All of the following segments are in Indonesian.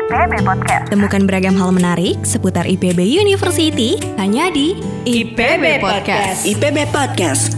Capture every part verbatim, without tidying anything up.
I P B Podcast. Temukan beragam hal menarik seputar I P B University hanya di I P B Podcast. I P B Podcast.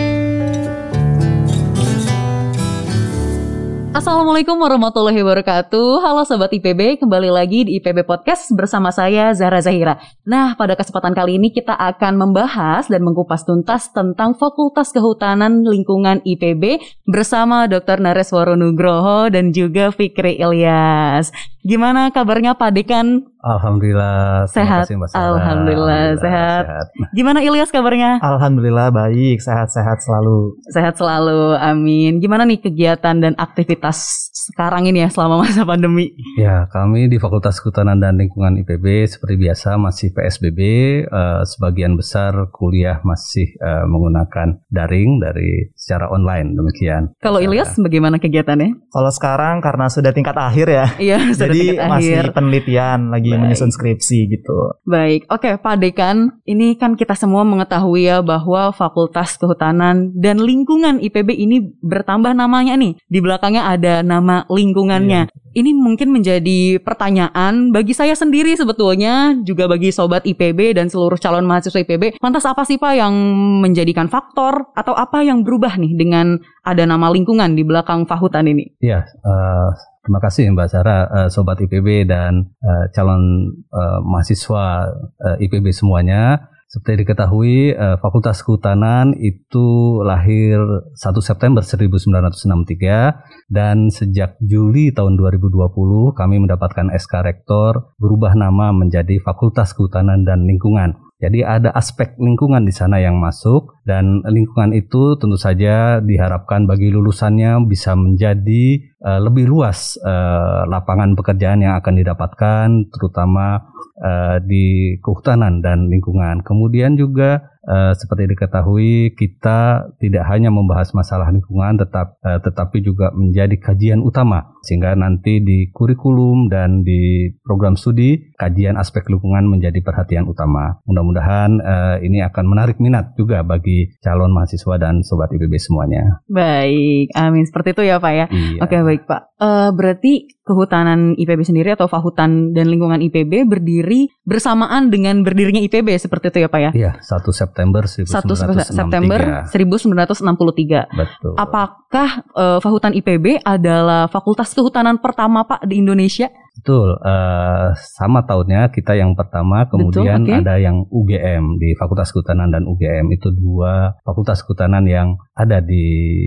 Assalamualaikum warahmatullahi wabarakatuh. Halo Sobat I P B, kembali lagi di I P B Podcast bersama saya Zahra Zahira. Nah, pada kesempatan kali ini kita akan membahas dan mengupas tuntas tentang Fakultas Kehutanan Lingkungan I P B bersama Doktor Nareswara Nugroho dan juga Fikri Ilyas. Gimana kabarnya Pak Dekan? Alhamdulillah. Sehat. Terima kasih, Mbak Sarah. Alhamdulillah, Alhamdulillah sehat. sehat. Gimana Ilyas kabarnya? Alhamdulillah baik, sehat-sehat selalu. Sehat selalu, amin. Gimana nih kegiatan dan aktivitas sekarang ini ya selama masa pandemi? Ya, kami di Fakultas Kehutanan dan Lingkungan I P B seperti biasa masih P S B B. Uh, sebagian besar kuliah masih uh, menggunakan daring dari secara online, demikian. Kalau Ilyas bagaimana kegiatannya? Kalau sekarang karena sudah tingkat akhir ya. Iya, sudah jadi tingkat masih akhir. penelitian lagi. Baik. Menyusun skripsi gitu. Baik, oke Pak Dekan, ini kan kita semua mengetahui ya bahwa Fakultas Kehutanan dan Lingkungan I P B ini bertambah namanya nih. Di belakangnya ada nama lingkungannya. Iya. Ini mungkin menjadi pertanyaan bagi saya sendiri sebetulnya, juga bagi Sobat I P B dan seluruh calon mahasiswa I P B. Lantas apa sih Pak yang menjadikan faktor atau apa yang berubah nih dengan ada nama lingkungan di belakang Fahutan ini? Iya, uh... terima kasih Mbak Sarah, uh, Sobat I P B dan uh, calon uh, mahasiswa uh, I P B semuanya. Seperti diketahui, uh, Fakultas Kehutanan itu lahir satu September seribu sembilan ratus enam puluh tiga dan sejak Juli tahun dua ribu dua puluh kami mendapatkan S K Rektor berubah nama menjadi Fakultas Kehutanan dan Lingkungan. Jadi ada aspek lingkungan di sana yang masuk dan lingkungan itu tentu saja diharapkan bagi lulusannya bisa menjadi uh, lebih luas uh, lapangan pekerjaan yang akan didapatkan terutama uh, di kehutanan dan lingkungan. Kemudian juga uh, seperti diketahui kita tidak hanya membahas masalah lingkungan tetap uh, tetapi juga menjadi kajian utama sehingga nanti di kurikulum dan di program studi kajian aspek lingkungan menjadi perhatian utama. Mudah-mudahan uh, ini akan menarik minat juga bagi calon mahasiswa dan Sobat I P B semuanya. Baik, amin. Seperti itu ya Pak ya. Iya. Oke baik Pak. Uh, berarti Kehutanan I P B sendiri atau Fahutan dan Lingkungan I P B berdiri bersamaan dengan berdirinya I P B seperti itu ya Pak ya? Iya, satu September seribu sembilan ratus enam puluh tiga. satu September seribu sembilan ratus enam puluh tiga. Betul. Apakah uh, Fahutan I P B adalah fakultas kehutanan pertama Pak di Indonesia? Betul, uh, sama tahunnya kita yang pertama, kemudian Betul, okay. ada yang U G M di Fakultas Kehutanan dan U G M itu dua fakultas kehutanan yang ada di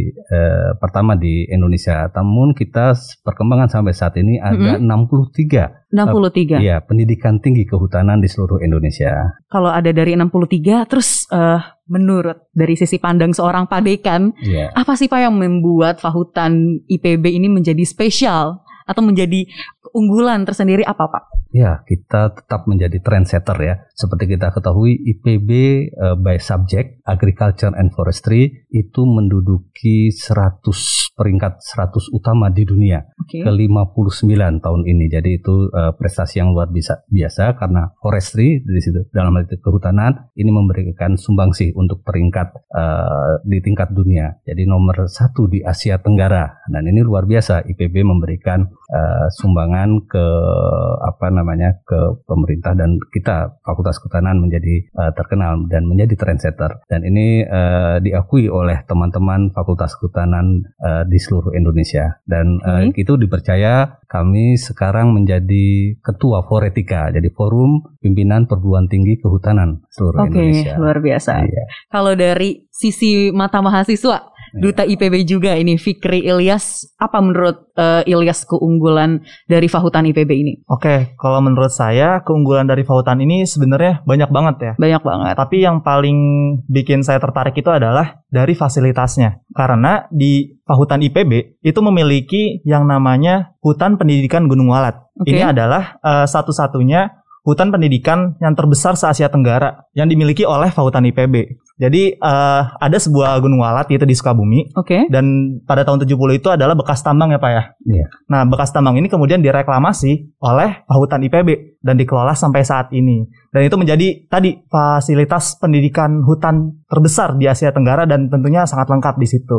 uh, pertama di Indonesia. Namun kita perkembangan sampai saat ini ada mm-hmm. enam puluh tiga. enam puluh tiga. Uh, iya, pendidikan tinggi kehutanan di seluruh Indonesia. Kalau ada dari enam puluh tiga, terus uh, menurut dari sisi pandang seorang Pak Dekan, yeah. apa sih Pak yang membuat Fahutan I P B ini menjadi spesial atau menjadi keunggulan tersendiri apa Pak? Ya, kita tetap menjadi trendsetter ya. Seperti kita ketahui I P B uh, by subject Agriculture and Forestry itu menduduki seratus peringkat seratus utama di dunia okay. ke lima puluh sembilan tahun ini. Jadi itu uh, prestasi yang luar biasa biasa karena forestry di situ dalam hal itu kehutanan ini memberikan sumbangsih untuk peringkat uh, di tingkat dunia. Jadi nomor satu di Asia Tenggara. Dan ini luar biasa I P B memberikan uh, sumbangan ke apa namanya ke pemerintah dan kita Fakultas Kehutanan menjadi uh, terkenal dan menjadi trendsetter. Dan ini uh, diakui oleh teman-teman Fakultas Kehutanan uh, di seluruh Indonesia dan uh, hmm. itu dipercaya kami sekarang menjadi ketua Foretika, jadi Forum Pimpinan Perguruan Tinggi Kehutanan seluruh okay, Indonesia. Oke, luar biasa. Iya. Kalau dari sisi mata mahasiswa, Duta I P B juga ini Fikri Ilyas, apa menurut uh, Ilyas keunggulan dari Fahutan I P B ini? Oke, kalau menurut saya keunggulan dari Fahutan ini sebenarnya banyak banget ya. Banyak banget. Tapi yang paling bikin saya tertarik itu adalah dari fasilitasnya. Karena di Fahutan I P B itu memiliki yang namanya Hutan Pendidikan Gunung Walat. Okay. Ini adalah uh, satu-satunya hutan pendidikan yang terbesar se-Asia Tenggara yang dimiliki oleh Fahutan I P B. Jadi uh, ada sebuah gunung walat itu di Sukabumi. Oke. Okay. Dan pada tahun tujuh puluh itu adalah bekas tambang ya Pak ya. Iya. Yeah. Nah bekas tambang ini kemudian direklamasi oleh Fahutan I P B dan dikelola sampai saat ini. Dan itu menjadi tadi fasilitas pendidikan hutan terbesar di Asia Tenggara dan tentunya sangat lengkap di situ.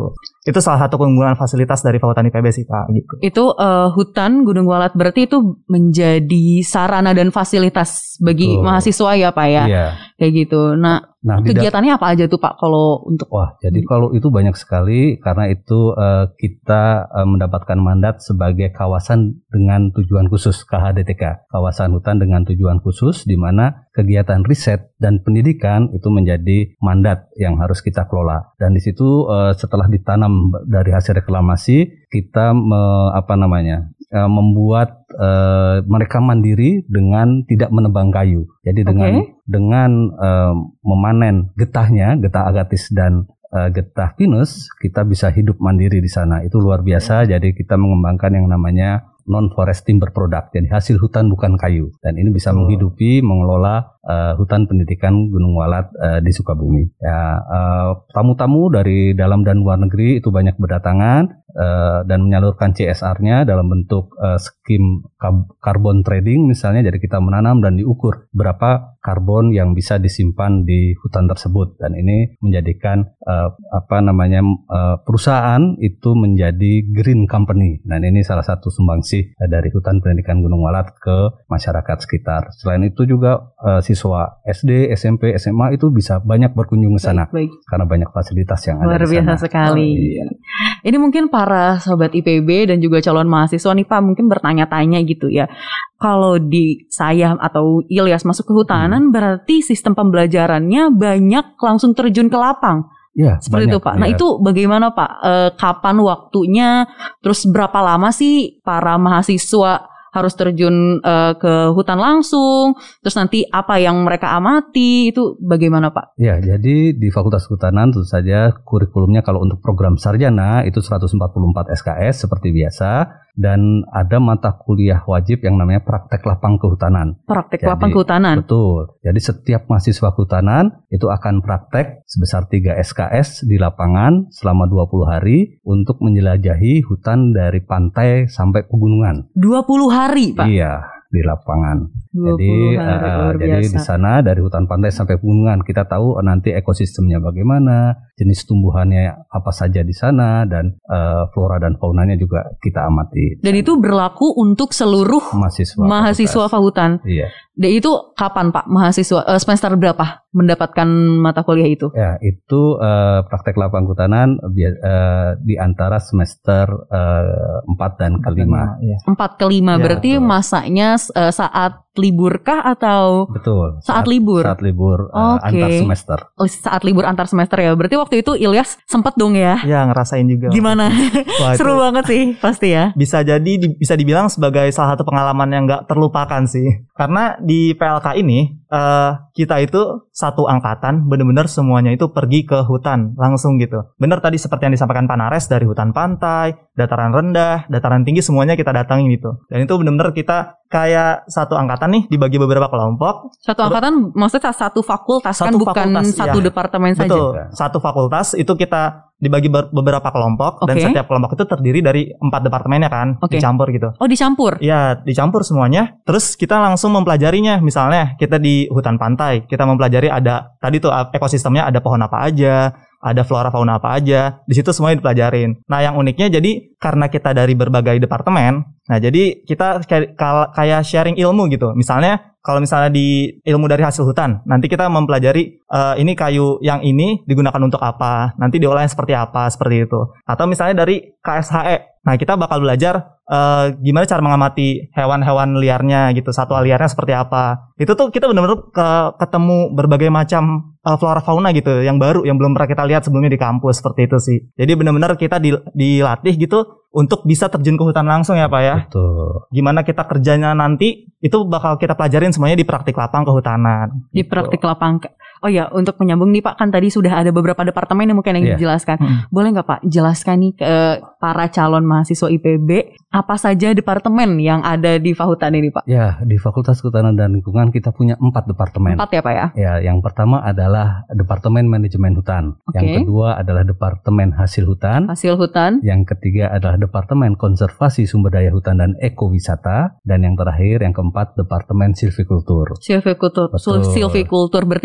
Itu salah satu keunggulan fasilitas dari Fakultas I P B sih Pak gitu. Itu uh, hutan Gunung Walat berarti itu menjadi sarana dan fasilitas bagi Betul. mahasiswa ya Pak ya. Iya. Kayak gitu. Nah, Nah, kegiatannya apa aja tuh Pak kalau untuk Wah, jadi kalau itu banyak sekali karena itu uh, kita uh, mendapatkan mandat sebagai kawasan dengan tujuan khusus K H D T K, kawasan hutan dengan tujuan khusus di mana kegiatan riset dan pendidikan itu menjadi mandat yang harus kita kelola. Dan di situ uh, setelah ditanam dari hasil reklamasi, kita me, apa namanya? Uh, membuat uh, mereka mandiri dengan tidak menebang kayu. Jadi dengan Okay. dengan uh, memanen getahnya, getah agatis dan uh, getah pinus, kita bisa hidup mandiri di sana. Itu luar biasa. Jadi kita mengembangkan yang namanya non-forest timber product, jadi hasil hutan bukan kayu. Dan ini bisa menghidupi, mengelola uh, hutan pendidikan Gunung Walat uh, di Sukabumi. Ya, uh, tamu-tamu dari dalam dan luar negeri itu banyak berdatangan uh, dan menyalurkan C S R-nya dalam bentuk uh, skim carbon trading misalnya. Jadi kita menanam dan diukur berapa karbon yang bisa disimpan di hutan tersebut. Dan ini menjadikan uh, apa namanya uh, perusahaan itu menjadi green company. Dan ini salah satu sumbangsi dari hutan pendidikan Gunung Walat ke masyarakat sekitar. Selain itu juga uh, siswa S D, S M P, S M A itu bisa banyak berkunjung ke sana baik, baik. karena banyak fasilitas yang Luar ada di sana. biasa sekali. Oh, iya. Ini mungkin para sobat I P B dan juga calon mahasiswa nih Pak mungkin bertanya-tanya gitu ya. Kalau di saya atau Ilyas masuk ke hutanan hmm. berarti sistem pembelajarannya banyak langsung terjun ke lapang. Ya, seperti banyak, itu Pak. Nah ya. itu bagaimana Pak? E, kapan waktunya? Terus berapa lama sih para mahasiswa harus terjun e, ke hutan langsung? Terus nanti apa yang mereka amati? Itu bagaimana Pak? Ya, jadi di Fakultas Kehutanan tentu saja kurikulumnya kalau untuk program sarjana itu seratus empat puluh empat S K S seperti biasa. Dan ada mata kuliah wajib yang namanya praktek lapang kehutanan. Praktek Jadi, lapang kehutanan. Betul. Jadi setiap mahasiswa kehutanan itu akan praktek sebesar tiga S K S di lapangan selama dua puluh hari untuk menjelajahi hutan dari pantai sampai pegunungan. dua puluh hari Pak? Iya, di lapangan. dua puluh Jadi, hari, uh, luar jadi biasa. di sana dari hutan pantai sampai pegunungan kita tahu nanti ekosistemnya bagaimana, jenis tumbuhannya apa saja di sana, dan uh, flora dan faunanya juga kita amati. Dan itu berlaku untuk seluruh mahasiswa mahasiswa fakultas. Iya. Dan itu kapan Pak mahasiswa uh, semester berapa mendapatkan mata kuliah itu? Ya, itu uh, praktek lapang kehutanan uh, di antara semester uh, empat dan kelima. Iya. empat ke lima Ya, berarti betul. masanya uh, saat liburkah atau Betul. Saat libur? Saat libur uh, Oke. antar semester. oh, saat libur antar semester ya? Berarti waktu itu Ilyas sempat dong ya? Ya ngerasain juga. Gimana? Wah, itu Seru banget sih pasti ya. bisa jadi di- bisa dibilang sebagai salah satu pengalaman yang gak terlupakan sih. Karena di P L K ini eh, kita itu satu angkatan benar-benar semuanya itu pergi ke hutan langsung gitu. Benar tadi seperti yang disampaikan Pak Nares, dari hutan pantai, dataran rendah, dataran tinggi, semuanya kita datangin gitu. Dan itu benar-benar kita kayak satu angkatan nih dibagi beberapa kelompok. Satu angkatan maksudnya satu fakultas kan Satu bukan fakultas, satu ya. departemen saja. Betul, satu fakultas itu kita dibagi ber- beberapa kelompok. Dan Oke. setiap kelompok itu terdiri dari empat departemennya kan, Oke. dicampur gitu. Oh dicampur. Iya, dicampur semuanya. Terus kita langsung mempelajarinya. Misalnya kita di hutan pantai, kita mempelajari ada tadi tuh ekosistemnya, ada pohon apa aja, ada flora fauna apa aja. Di situ semuanya dipelajarin. Nah, yang uniknya jadi karena kita dari berbagai departemen, nah jadi kita kayak kayak sharing ilmu gitu. Misalnya kalau misalnya di ilmu dari hasil hutan, nanti kita mempelajari uh, ini kayu yang ini digunakan untuk apa, nanti diolahnya seperti apa, seperti itu. Atau misalnya dari K S H E, nah kita bakal belajar uh, gimana cara mengamati hewan-hewan liarnya gitu, satwa liarnya seperti apa. Itu tuh kita benar-benar ke- ketemu berbagai macam uh, flora fauna gitu, yang baru, yang belum pernah kita lihat sebelumnya di kampus, seperti itu sih. Jadi benar-benar kita di, dilatih gitu untuk bisa terjun ke hutan langsung ya Pak ya. Betul. Gimana kita kerjanya nanti itu bakal kita pelajarin semuanya di praktik lapang kehutanan. Di Gitu. praktik lapang. Oh ya, untuk menyambung nih Pak, kan tadi sudah ada beberapa departemen yang mungkin yang Iya. dijelaskan. Hmm. Boleh nggak Pak jelaskan nih ke para calon mahasiswa I P B apa saja departemen yang ada di Fahutan ini Pak? Ya, di Fakultas Kehutanan dan Lingkungan kita punya empat departemen. Empat ya Pak ya? Ya, yang pertama adalah Departemen Manajemen Hutan. Oke. Yang kedua adalah Departemen Hasil Hutan. Hasil hutan. Yang ketiga adalah Departemen Konservasi Sumber Daya Hutan dan Ekowisata. Dan yang terakhir, yang keempat, Departemen Silvikultur. Silvikultur. Betul. Silvikultur berarti itu yang paling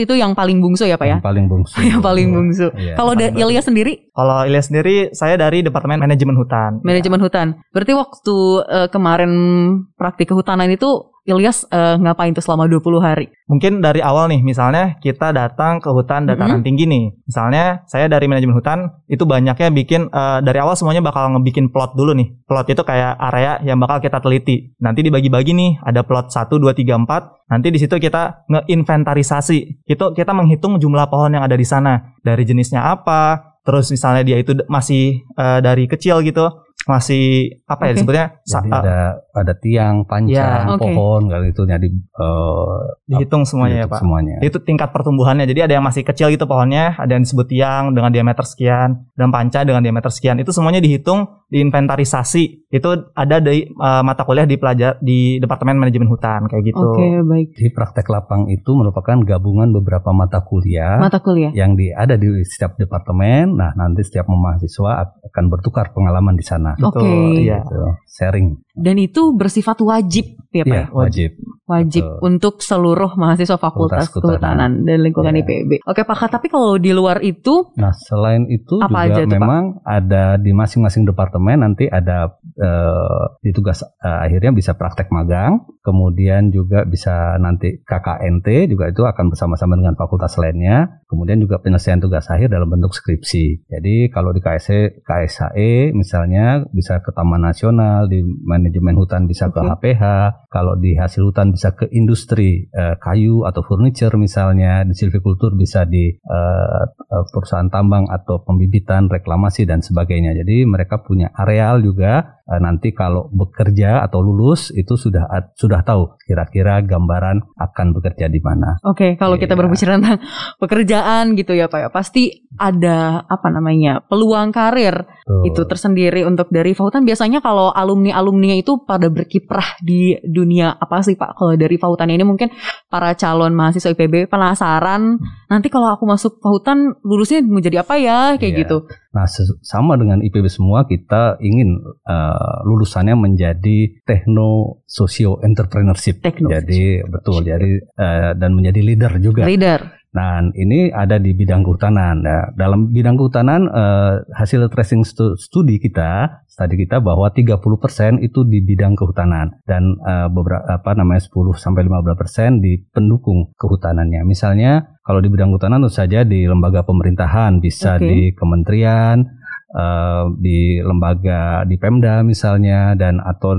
paling bungsu ya Pak ya? Yang paling bungsu. Yang paling bungsu. Iya. Kalau da- Ilyas sendiri? Kalau Ilyas sendiri, saya dari Departemen Manajemen Hutan. Manajemen hutan. Berarti waktu uh, kemarin praktik kehutanan itu Ilyas uh, ngapain tuh selama dua puluh hari? Mungkin dari awal nih, misalnya kita datang ke hutan dataran mm-hmm. tinggi nih. Misalnya saya dari manajemen hutan, itu banyaknya bikin, uh, dari awal semuanya bakal ngebikin plot dulu nih. Plot itu kayak area yang bakal kita teliti. Nanti dibagi-bagi nih, ada plot satu, dua, tiga, empat. Nanti di situ kita ngeinventarisasi. Itu kita menghitung jumlah pohon yang ada di sana. Dari jenisnya apa, terus misalnya dia itu masih uh, dari kecil gitu. Masih apa ya okay. disebutnya? Jadi uh, ada ada tiang, panjang, ya, okay. pohon, kalau itu jadi uh, dihitung semuanya ya Pak. Semuanya. Itu tingkat pertumbuhannya. Jadi ada yang masih kecil gitu pohonnya, ada yang disebut tiang dengan diameter sekian dan panca dengan diameter sekian. Itu semuanya dihitung, diinventarisasi. Itu ada di uh, mata kuliah di pelajar di Departemen Manajemen Hutan kayak gitu. Oke, okay, baik. Di praktek lapang itu merupakan gabungan beberapa mata kuliah, mata kuliah yang di, ada di setiap departemen. Nah, nanti setiap mahasiswa akan bertukar pengalaman di sana. Oke, okay. ya. Gitu. Sharing. Dan itu bersifat wajib ya Pak? Iya, wajib. Wajib Betul. Untuk seluruh mahasiswa Fakultas Kehutanan dan Lingkungan ya. I P B. Oke Pak, tapi kalau di luar itu? Nah, selain itu apa juga aja memang Pak? Ada di masing-masing departemen nanti ada uh, di tugas uh, akhirnya bisa praktek magang, kemudian juga bisa nanti K K N T juga itu akan bersama-sama dengan fakultas lainnya, kemudian juga penyelesaian tugas akhir dalam bentuk skripsi. Jadi kalau di K S E, K S H E misalnya bisa ke Taman Nasional, di manajemen hutan bisa ke okay. H P H, kalau di hasil hutan bisa ke industri eh, kayu atau furniture misalnya, di silvikultur bisa di eh, perusahaan tambang atau pembibitan, reklamasi dan sebagainya. Jadi mereka punya areal juga, eh, nanti kalau bekerja atau lulus itu sudah sudah tahu kira-kira gambaran akan bekerja di mana. Oke, okay, kalau yeah. kita berbicara tentang pekerjaan gitu ya Pak ya, pasti ada apa namanya peluang karir Tuh. Itu tersendiri untuk dari Fahutan. Biasanya kalau alumni-alumninya itu pada berkiprah di dunia apa sih Pak? Kalau dari Fahutan ini mungkin para calon mahasiswa I P B penasaran, hmm. nanti kalau aku masuk Fahutan lulusnya mau jadi apa ya? Kayak yeah. gitu. Nah, sama dengan I P B semua, kita ingin uh, lulusannya menjadi tekno socio entrepreneurship. Techno jadi betul, jadi uh, dan menjadi leader juga. Leader. Nah, ini ada di bidang kehutanan. Nah, dalam bidang kehutanan uh, hasil tracing studi kita, studi kita bahwa tiga puluh persen itu di bidang kehutanan dan uh, beberapa apa namanya sepuluh sampai lima belas persen di pendukung kehutanannya. Misalnya kalau di bidang kehutanan tentu saja di lembaga pemerintahan, bisa okay. di kementerian, uh, di lembaga di Pemda misalnya, dan atau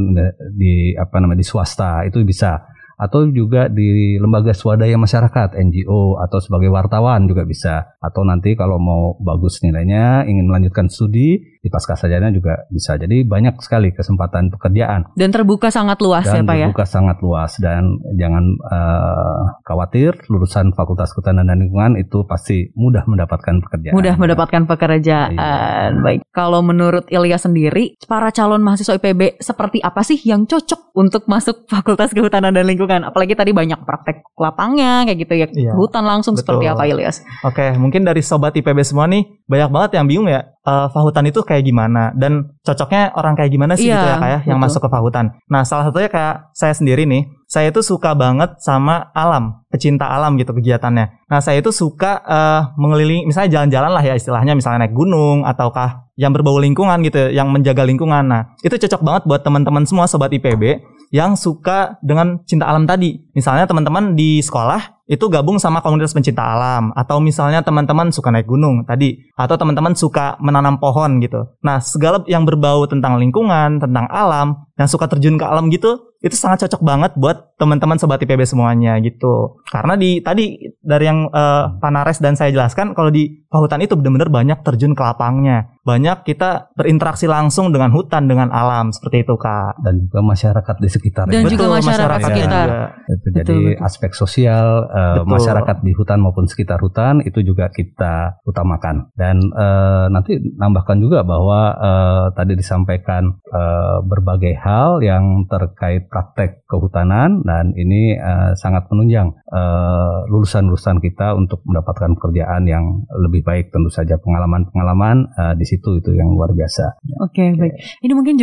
di apa namanya di swasta itu bisa. Atau juga di lembaga swadaya masyarakat, N G O, atau sebagai wartawan juga bisa. Atau nanti kalau mau bagus nilainya, ingin melanjutkan studi, di pascasarjana juga bisa. Jadi banyak sekali kesempatan pekerjaan. Dan terbuka sangat luas dan ya Pak ya? Dan terbuka sangat luas. Dan jangan uh, khawatir, lulusan Fakultas Kehutanan dan Lingkungan itu pasti mudah mendapatkan pekerjaan. Mudah ya. mendapatkan pekerjaan. Iya. Baik. Kalau menurut Ilyas sendiri, para calon mahasiswa I P B seperti apa sih yang cocok untuk masuk Fakultas Kehutanan dan Lingkungan? Apalagi tadi banyak praktek lapangnya kayak gitu ya, iya, hutan langsung. Betul. Seperti apa Ilyas? Oke, mungkin dari sobat I P B semua nih banyak banget yang bingung ya, uh, Fahutan itu kayak gimana dan cocoknya orang kayak gimana sih, iya, gitu ya kayak yang masuk ke Fahutan. Nah, salah satunya kayak saya sendiri nih, saya itu suka banget sama alam, pecinta alam gitu kegiatannya. Nah, saya itu suka uh, mengelilingi, misalnya jalan-jalan lah ya istilahnya, misalnya naik gunung ataukah yang berbau lingkungan gitu, yang menjaga lingkungan. Nah, itu cocok banget buat teman-teman semua sobat I P B yang suka dengan cinta alam tadi. Misalnya teman-teman di sekolah itu gabung sama komunitas pencinta alam, atau misalnya teman-teman suka naik gunung tadi, atau teman-teman suka menanam pohon gitu. Nah, segala yang berbau tentang lingkungan, tentang alam, yang suka terjun ke alam gitu, itu sangat cocok banget buat teman-teman sobat I P B semuanya gitu. Karena di tadi dari yang uh, Pak Nares dan saya jelaskan, kalau di Fahutan itu benar-benar banyak terjun ke lapangnya. Banyak kita berinteraksi langsung dengan hutan, dengan alam, seperti itu Kak. Dan juga masyarakat di sekitar. Dan betul, juga masyarakat, masyarakat sekitar. Ya, itu betul, jadi betul. Aspek sosial uh, masyarakat di hutan maupun sekitar hutan itu juga kita utamakan. Dan uh, nanti nambahkan juga bahwa uh, tadi disampaikan uh, berbagai hal yang terkait praktek kehutanan, dan ini uh, sangat menunjang uh, lulusan-lulusan kita untuk mendapatkan pekerjaan yang lebih baik. Tentu saja pengalaman-pengalaman uh, di situ itu yang luar biasa. Oke, okay, okay. Baik. Ini mungkin juga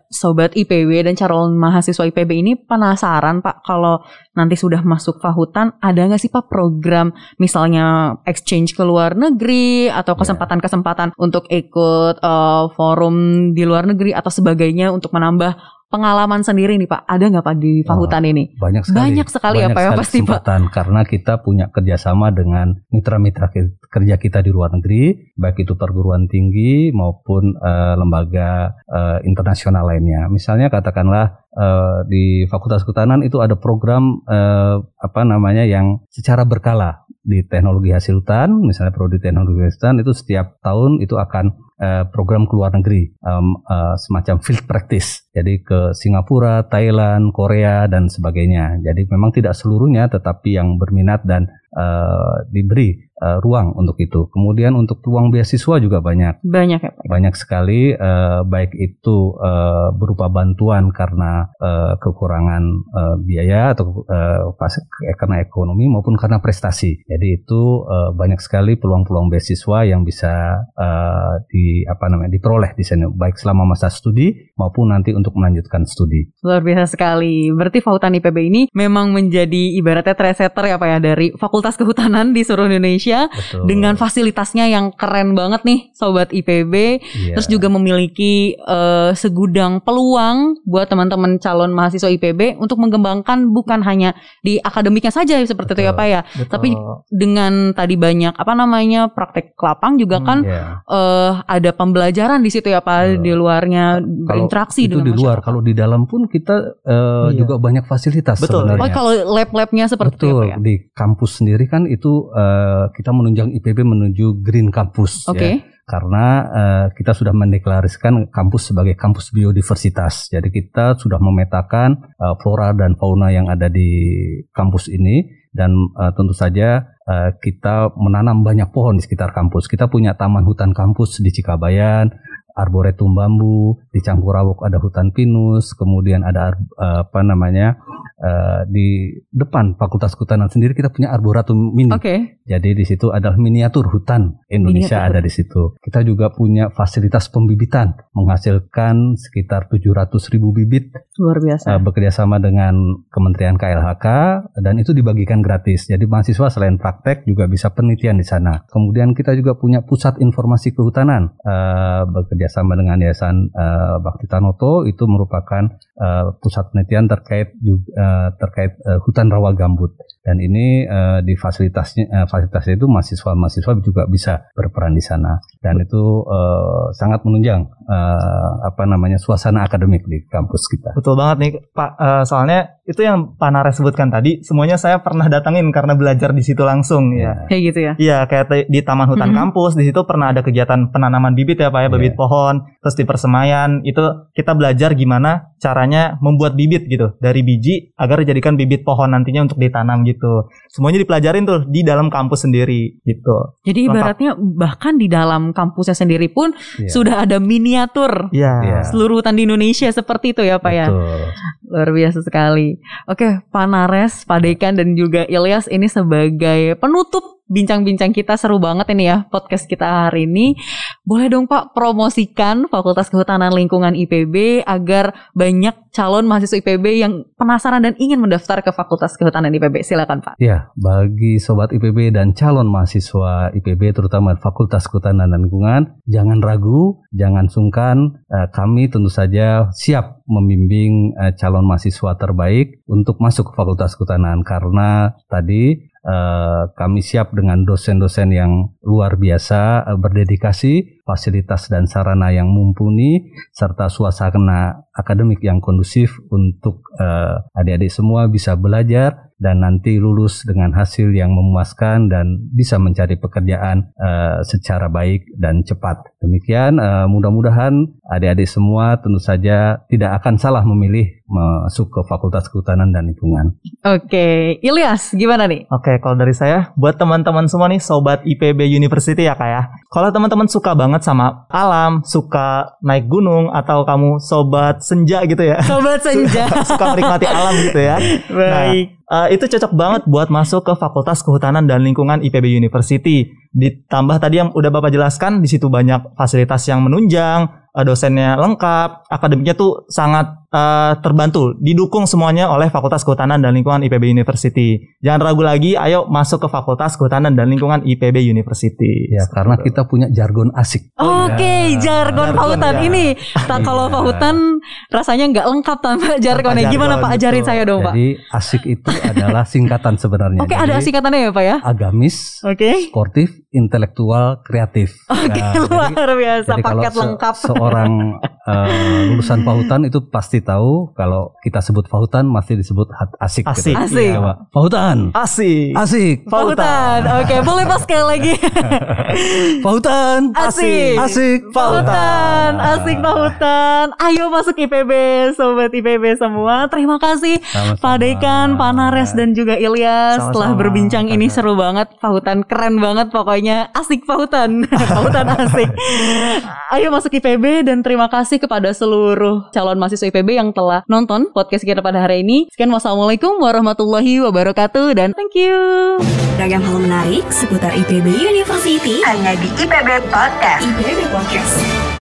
Sobat I P B dan calon mahasiswa I P B ini penasaran Pak, kalau nanti sudah masuk Fahutan, ada nggak sih Pak program misalnya exchange ke luar negeri atau kesempatan-kesempatan untuk ikut uh, forum di luar negeri atau sebagainya untuk menambah pengalaman sendiri nih Pak, ada nggak Pak di Fahutan oh, ini? Banyak sekali. Banyak sekali banyak apa ya pasti Pak? Karena kita punya kerjasama dengan mitra-mitra kerja kita di luar negeri, baik itu perguruan tinggi maupun uh, lembaga uh, internasional lainnya. Misalnya katakanlah uh, di Fakultas Kehutanan itu ada program uh, apa namanya yang secara berkala di teknologi hasil hutan, misalnya prodi teknologi hasil hutan itu setiap tahun itu akan Uh, program ke luar negeri, um, uh, semacam field practice, jadi ke Singapura, Thailand, Korea dan sebagainya. Jadi memang tidak seluruhnya, tetapi yang berminat dan uh, diberi uh, ruang untuk itu. Kemudian untuk peluang beasiswa juga banyak, banyak ya Pak. Banyak sekali, uh, baik itu uh, berupa bantuan karena uh, kekurangan uh, biaya atau uh, karena ekonomi maupun karena prestasi. Jadi itu uh, banyak sekali peluang-peluang beasiswa yang bisa uh, di apa namanya diperoleh di sana, baik selama masa studi maupun nanti untuk melanjutkan studi. Luar biasa sekali. Berarti Fahutan I P B ini memang menjadi ibaratnya trendsetter ya Pak ya dari Fakultas Kehutanan di seluruh Indonesia. Betul. Dengan fasilitasnya yang keren banget nih Sobat I P B. Yeah. Terus juga memiliki uh, segudang peluang buat teman-teman calon mahasiswa I P B untuk mengembangkan bukan hanya di akademiknya saja seperti Betul. Itu ya Pak ya. Betul. Tapi dengan tadi banyak apa namanya praktek lapang juga hmm, kan yeah. uh, ada pembelajaran di situ ya Pak, uh, di luarnya berinteraksi dengan masyarakat. Itu di luar, kalau di dalam pun kita uh, iya. juga banyak fasilitas Betul. Sebenarnya. Oh, kalau lab-labnya seperti Betul. itu ya Pak ya? Di kampus sendiri kan itu uh, kita menunjang I P B menuju Green Campus okay. ya. Karena uh, kita sudah mendeklarasikan kampus sebagai kampus biodiversitas. Jadi kita sudah memetakan uh, flora dan fauna yang ada di kampus ini. Dan uh, tentu saja uh, kita menanam banyak pohon di sekitar kampus. Kita punya taman hutan kampus di Cikabayan, arboretum bambu, di Cangkurawok ada hutan pinus, kemudian ada uh, apa namanya uh, di depan Fakultas Kehutanan sendiri kita punya arboretum mini. Okay. Jadi di situ ada miniatur hutan Indonesia miniatur. Ada di situ. Kita juga punya fasilitas pembibitan, menghasilkan sekitar tujuh ratus ribu bibit. Luar biasa. Uh, bekerjasama dengan Kementerian K L H K dan itu dibagikan gratis. Jadi mahasiswa selain praktek juga bisa penelitian di sana. Kemudian kita juga punya pusat informasi kehutanan uh, bekerja sama dengan Yayasan uh, Bakti Tanoto, itu merupakan uh, pusat penelitian terkait juga, uh, terkait uh, hutan rawa gambut. Dan ini uh, di fasilitasnya uh, fasilitasnya itu mahasiswa-mahasiswa juga bisa berperan di sana. Dan itu uh, sangat menunjang uh, apa namanya suasana akademik di kampus kita. Betul banget nih Pak. Uh, soalnya itu yang Pak Nares sebutkan tadi, semuanya saya pernah datengin karena belajar di situ langsung ya. Kayak gitu ya. Iya, kayak di Taman Hutan mm-hmm. Kampus, di situ pernah ada kegiatan penanaman bibit ya Pak ya, bibit yeah. pohon. Terus di persemaian itu kita belajar gimana caranya membuat bibit gitu dari biji agar dijadikan bibit pohon nantinya untuk ditanam gitu. Semuanya dipelajarin tuh di dalam kampus sendiri gitu. Jadi ibaratnya lengkap. Bahkan di dalam kampusnya sendiri pun yeah. sudah ada miniatur yeah. Yeah. seluruh hutan di Indonesia seperti itu ya Pak ya. Betul. Luar biasa sekali. Oke, Pak Nares, Pak Dekan dan juga Ilyas ini sebagai penutup bincang-bincang kita, seru banget ini ya podcast kita hari ini. Boleh dong Pak promosikan Fakultas Kehutanan Lingkungan I P B agar banyak calon mahasiswa I P B yang penasaran dan ingin mendaftar ke Fakultas Kehutanan I P B. Silakan Pak. Ya, bagi sobat I P B dan calon mahasiswa I P B terutama Fakultas Kehutanan dan Lingkungan, jangan ragu, jangan sungkan. Eh, kami tentu saja siap membimbing eh, calon mahasiswa terbaik untuk masuk ke Fakultas Kehutanan karena tadi Uh, kami siap dengan dosen-dosen yang luar biasa, uh, berdedikasi, fasilitas dan sarana yang mumpuni, serta suasana akademik yang kondusif untuk uh, adik-adik semua bisa belajar dan nanti lulus dengan hasil yang memuaskan dan bisa mencari pekerjaan uh, secara baik dan cepat. Demikian, uh, mudah-mudahan adik-adik semua tentu saja tidak akan salah memilih masuk ke Fakultas Kehutanan dan Lingkungan. Oke, Ilyas gimana nih? Oke, kalau dari saya, buat teman-teman semua nih, Sobat I P B University ya Kak ya. Kalau teman-teman suka banget sama alam, suka naik gunung, atau kamu Sobat Senja gitu ya. Sobat Senja. Suka menikmati alam gitu ya. Baik. Nah, uh, itu cocok banget buat masuk ke Fakultas Kehutanan dan Lingkungan I P B University. Ditambah tadi yang udah Bapak jelaskan, di situ banyak fasilitas yang menunjang, dosennya lengkap, akademiknya tuh sangat uh, terbantu, didukung semuanya oleh Fakultas Kehutanan dan Lingkungan I P B University. Jangan ragu lagi, ayo masuk ke Fakultas Kehutanan dan Lingkungan I P B University. Ya, karena kita punya jargon asik. Oke, okay, ya. jargon Fahutan ya. Ini. Tak kalau Fahutan rasanya nggak lengkap tanpa jargonnya. Gimana Pak, ajarin saya dong Pak. Jadi asik itu adalah singkatan sebenarnya. Oke, okay, ada singkatannya ya Pak ya? Agamis, okay. sportif, intelektual, kreatif. Oke, okay, nah, luar jadi, biasa jadi paket kalau lengkap. Se seorang uh, lulusan Fahutan itu pasti tahu kalau kita sebut Fahutan masih disebut asik. Asik. Gitu. Asik. Ya, Fahutan. Asik. Asik. Fahutan. Oke, okay, boleh pas sekali lagi. Fahutan. Asik. Asik. Fahutan. Asik Fahutan. Ayo masuk I P B, sobat I P B semua. Terima kasih sama-sama. Pak Dekan, Pak Nares dan juga Ilyas sama-sama. Setelah berbincang sama-sama. Ini seru banget. Fahutan keren banget pokoknya. Asik Fahutan. Fahutan asik. Ayo masuk I P B dan terima kasih kepada seluruh calon mahasiswa I P B yang telah nonton podcast kita pada hari ini. Sekian, wassalamualaikum warahmatullahi wabarakatuh dan thank you. Ragam hal menarik seputar I P B University hanya di I P B Podcast. I P B Podcast.